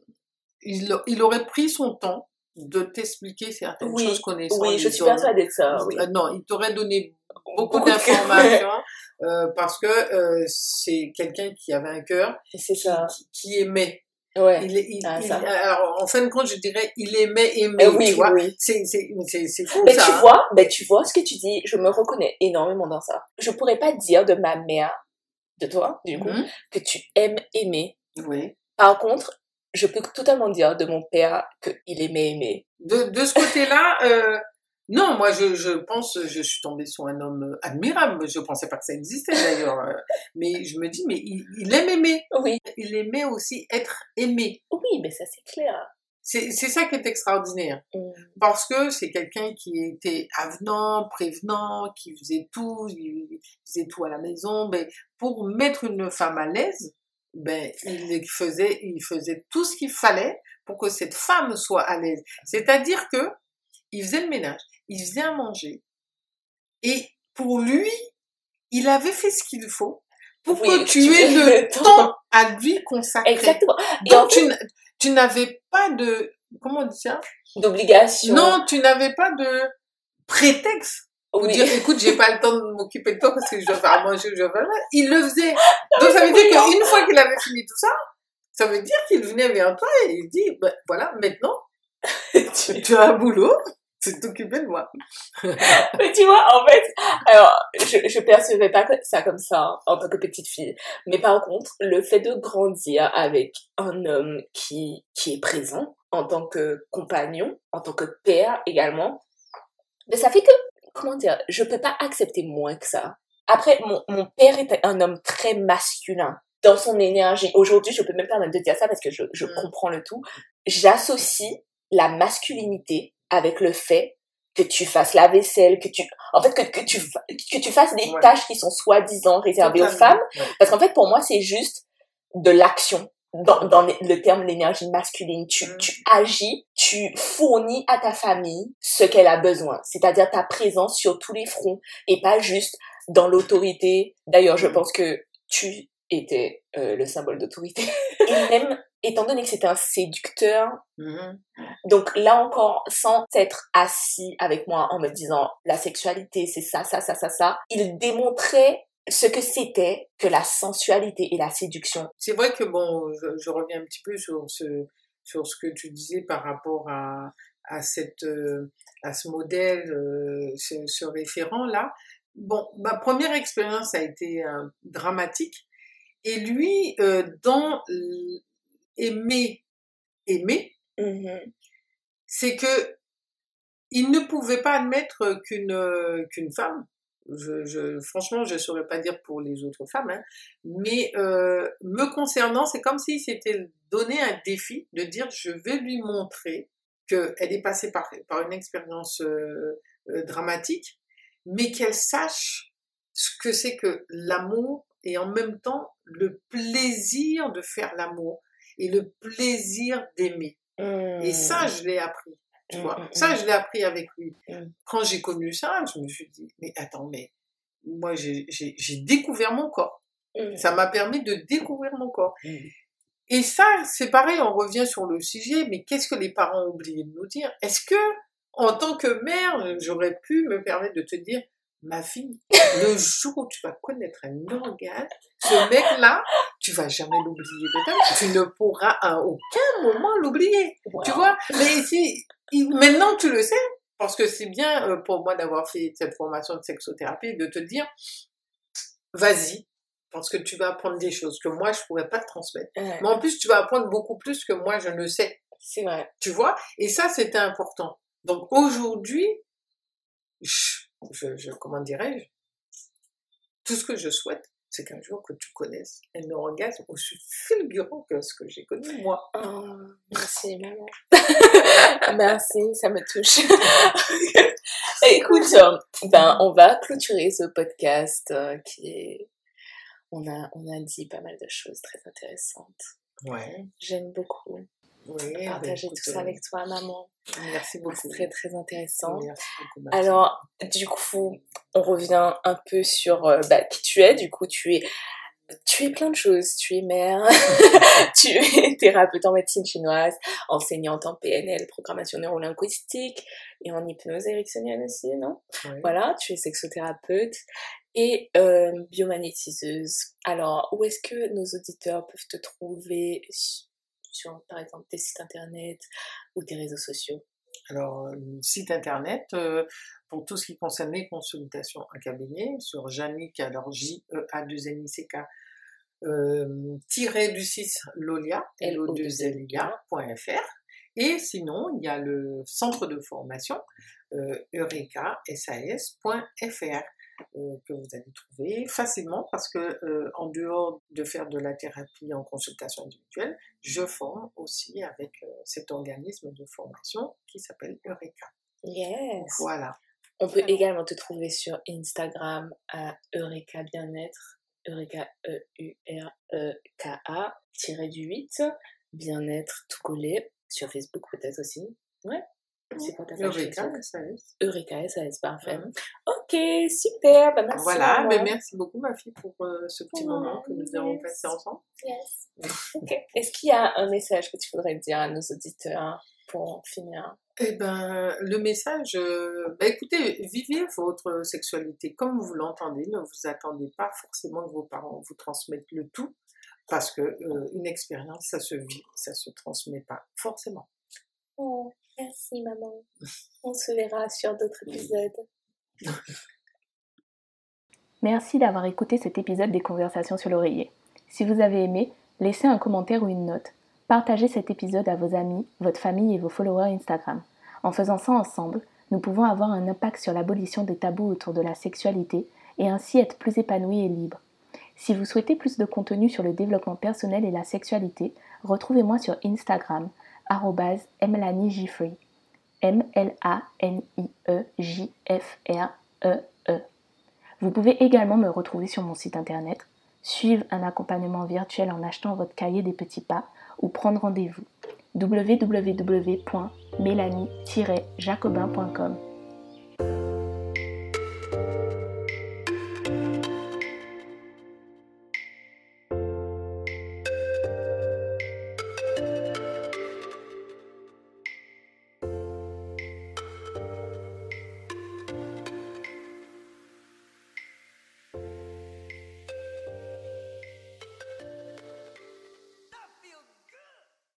il, il aurait pris son temps de t'expliquer certaines oui, choses connaissant oui, les je suis hommes. persuadée de ça. Oui. Euh, non, il t'aurait donné beaucoup, beaucoup d'informations euh, parce que euh, c'est quelqu'un qui avait un cœur, c'est qui, ça. qui, qui aimait. Ouais. Il, il, ah, il, ça. Alors, en fin de compte, je dirais, il aimait aimer. Euh, oui, tu vois, oui. c'est c'est c'est c'est fou mais ça. Tu hein. vois, mais tu vois ce que tu dis. Je me reconnais énormément dans ça. Je pourrais pas dire de ma mère, de toi, du coup, mm-hmm. que tu aimes aimer. Oui. Par contre, je peux totalement dire de mon père qu'il aimait aimer. De, de ce côté-là, euh, non, moi je, je pense, je suis tombée sur un homme admirable. Je pensais pas que ça existait d'ailleurs. Mais je me dis, mais il, il aime aimer. Oui. Il aimait aussi être aimé. Oui, mais ça c'est clair. C'est, c'est ça qui est extraordinaire. Mm. Parce que c'est quelqu'un qui était avenant, prévenant, qui faisait tout, il faisait tout à la maison. Ben, pour mettre une femme à l'aise, ben, il faisait, il faisait tout ce qu'il fallait pour que cette femme soit à l'aise. C'est-à-dire que, il faisait le ménage, il faisait à manger. Et pour lui, il avait fait ce qu'il faut pour oui, que tu, tu aies le temps. temps à lui consacrer. Exactement. Et donc, tu, fait... tu n'avais pas de, comment on dit ça? D'obligation. Non, tu n'avais pas de prétexte. Pour oui. dire, écoute, j'ai pas le temps de m'occuper de toi parce que je dois faire à manger, je dois faire là. Il le faisait. Non, donc, ça veut dire qu'une fois qu'il avait fini tout ça, ça veut dire qu'il venait vers toi et il dit, ben, voilà, maintenant, tu, tu as un boulot, c'est t'occuper de moi. Mais tu vois, en fait, alors, je, je percevais pas ça comme ça, hein, en tant que petite fille. Mais par contre, le fait de grandir avec un homme qui, qui est présent, en tant que compagnon, en tant que père également, mais ça fait que, comment dire, je peux pas accepter moins que ça. Après, mon, mon père était un homme très masculin. Dans son énergie, aujourd'hui, je peux même pas de dire ça parce que je, je mmh. comprends le tout. J'associe la masculinité avec le fait que tu fasses la vaisselle, que tu, en fait, que, que tu, que tu fasses des ouais. tâches qui sont soi-disant réservées Totalement. aux femmes. Ouais. Parce qu'en fait, pour moi, c'est juste de l'action. Dans, dans le terme l'énergie masculine, tu, mmh. tu agis, tu fournis à ta famille ce qu'elle a besoin. C'est-à-dire ta présence sur tous les fronts et pas juste dans l'autorité. D'ailleurs, je pense que tu était euh, le symbole d'autorité. Et même, étant donné que c'était un séducteur, mm-hmm. donc là encore, sans être assis avec moi en me disant la sexualité, c'est ça, ça, ça, ça, ça, il démontrait ce que c'était que la sensualité et la séduction. C'est vrai que bon, je, je reviens un petit peu sur ce, sur ce que tu disais par rapport à, à, cette, euh, à ce modèle, euh, ce, ce référent-là. Bon, ma première expérience a été euh, dramatique. Et lui, euh, dans aimer, aimer, mm-hmm. c'est que il ne pouvait pas admettre qu'une euh, qu'une femme, je, je, franchement, je ne saurais pas dire pour les autres femmes, hein, mais euh, me concernant, c'est comme s'il s'était donné un défi de dire je vais lui montrer qu'elle est passée par, par une expérience euh, euh, dramatique, mais qu'elle sache ce que c'est que l'amour et en même temps le plaisir de faire l'amour et le plaisir d'aimer. Mmh. Et ça, je l'ai appris. Tu mmh, vois, mmh, ça, je l'ai appris avec lui. Mmh. Quand j'ai connu ça, je me suis dit, mais attends, mais moi, j'ai, j'ai, j'ai découvert mon corps. Mmh. Ça m'a permis de découvrir mon corps. Mmh. Et ça, c'est pareil, on revient sur le sujet, mais qu'est-ce que les parents ont oublié de nous dire? Est-ce que, en tant que mère, j'aurais pu me permettre de te dire, ma fille, le jour où tu vas connaître un orgasme, ce mec-là, tu vas jamais l'oublier de ta vie. Tu ne pourras à aucun moment l'oublier. Wow. Tu vois? Mais si, maintenant tu le sais, parce que c'est bien pour moi d'avoir fait cette formation de sexothérapie, de te dire, vas-y, parce que tu vas apprendre des choses que moi je pourrais pas te transmettre. Ouais. Mais en plus, tu vas apprendre beaucoup plus que moi je ne sais. C'est vrai. Tu vois? Et ça, c'était important. Donc aujourd'hui, je, je, je comment dirais-je, tout ce que je souhaite, c'est qu'un jour que tu connaisses un orgasme aussi fulgurant que ce que j'ai connu moi. Oh, merci maman. Merci, ça me touche. Écoute, ben on va clôturer ce podcast euh, qui est, on a on a dit pas mal de choses très intéressantes. Ouais. J'aime beaucoup. Oui, partager bah, écoute, tout ça avec toi, maman. Merci beaucoup. C'est très, très intéressant. Merci beaucoup, merci. Alors, du coup, on revient un peu sur euh, bah, qui tu es. Du coup, tu es, tu es plein de choses. Tu es mère, tu es thérapeute en médecine chinoise, enseignante en P N L, programmation neurolinguistique, et en hypnose ericksonienne aussi, non? Oui. Voilà, tu es sexothérapeute et euh, biomagnétiseuse. Alors, où est-ce que nos auditeurs peuvent te trouver sur, par exemple, tes sites internet ou tes réseaux sociaux? Alors, site internet, euh, pour tout ce qui concerne les consultations en cabinet, sur Jannick, alors J E A deux N I C K, euh, tiré du six Lolia, L O deux L I A point F R. Et sinon, il y a le centre de formation, euh, eureka S A S point F R. Euh, que vous allez trouver facilement parce que euh, en dehors de faire de la thérapie en consultation individuelle, je forme aussi avec euh, cet organisme de formation qui s'appelle Eureka. Yes. Voilà. On peut Alors. également te trouver sur Instagram à Eureka Bien-être, Eureka E U R E K A tiré du huit, Bien-être tout collé, sur Facebook peut-être aussi. Ouais. C'est quoi ta page Eureka S A S. Eureka S A S, parfait. Mmh. Ok, super, bah merci. Voilà, mais merci beaucoup ma fille pour euh, ce petit oh, moment que nous yes. avons passé ensemble. Yes. Ok. Est-ce qu'il y a un message que tu voudrais dire à nos auditeurs pour finir? Eh ben, le message, euh, bah écoutez, vivez votre sexualité comme vous l'entendez. Ne vous attendez pas forcément que vos parents vous transmettent le tout, parce que euh, une expérience, ça se vit, ça se transmet pas forcément. Oh. Merci maman. On se verra sur d'autres épisodes. Merci d'avoir écouté cet épisode des Conversations sur l'oreiller. Si vous avez aimé, laissez un commentaire ou une note. Partagez cet épisode à vos amis, votre famille et vos followers Instagram. En faisant ça ensemble, nous pouvons avoir un impact sur l'abolition des tabous autour de la sexualité et ainsi être plus épanouis et libres. Si vous souhaitez plus de contenu sur le développement personnel et la sexualité, retrouvez-moi sur Instagram arobase mlanijfree, M L A N I E J F R E E. Vous pouvez également me retrouver sur mon site internet, suivre un accompagnement virtuel en achetant votre cahier des petits pas ou prendre rendez-vous w w w point mélanie tiret jacobin point com.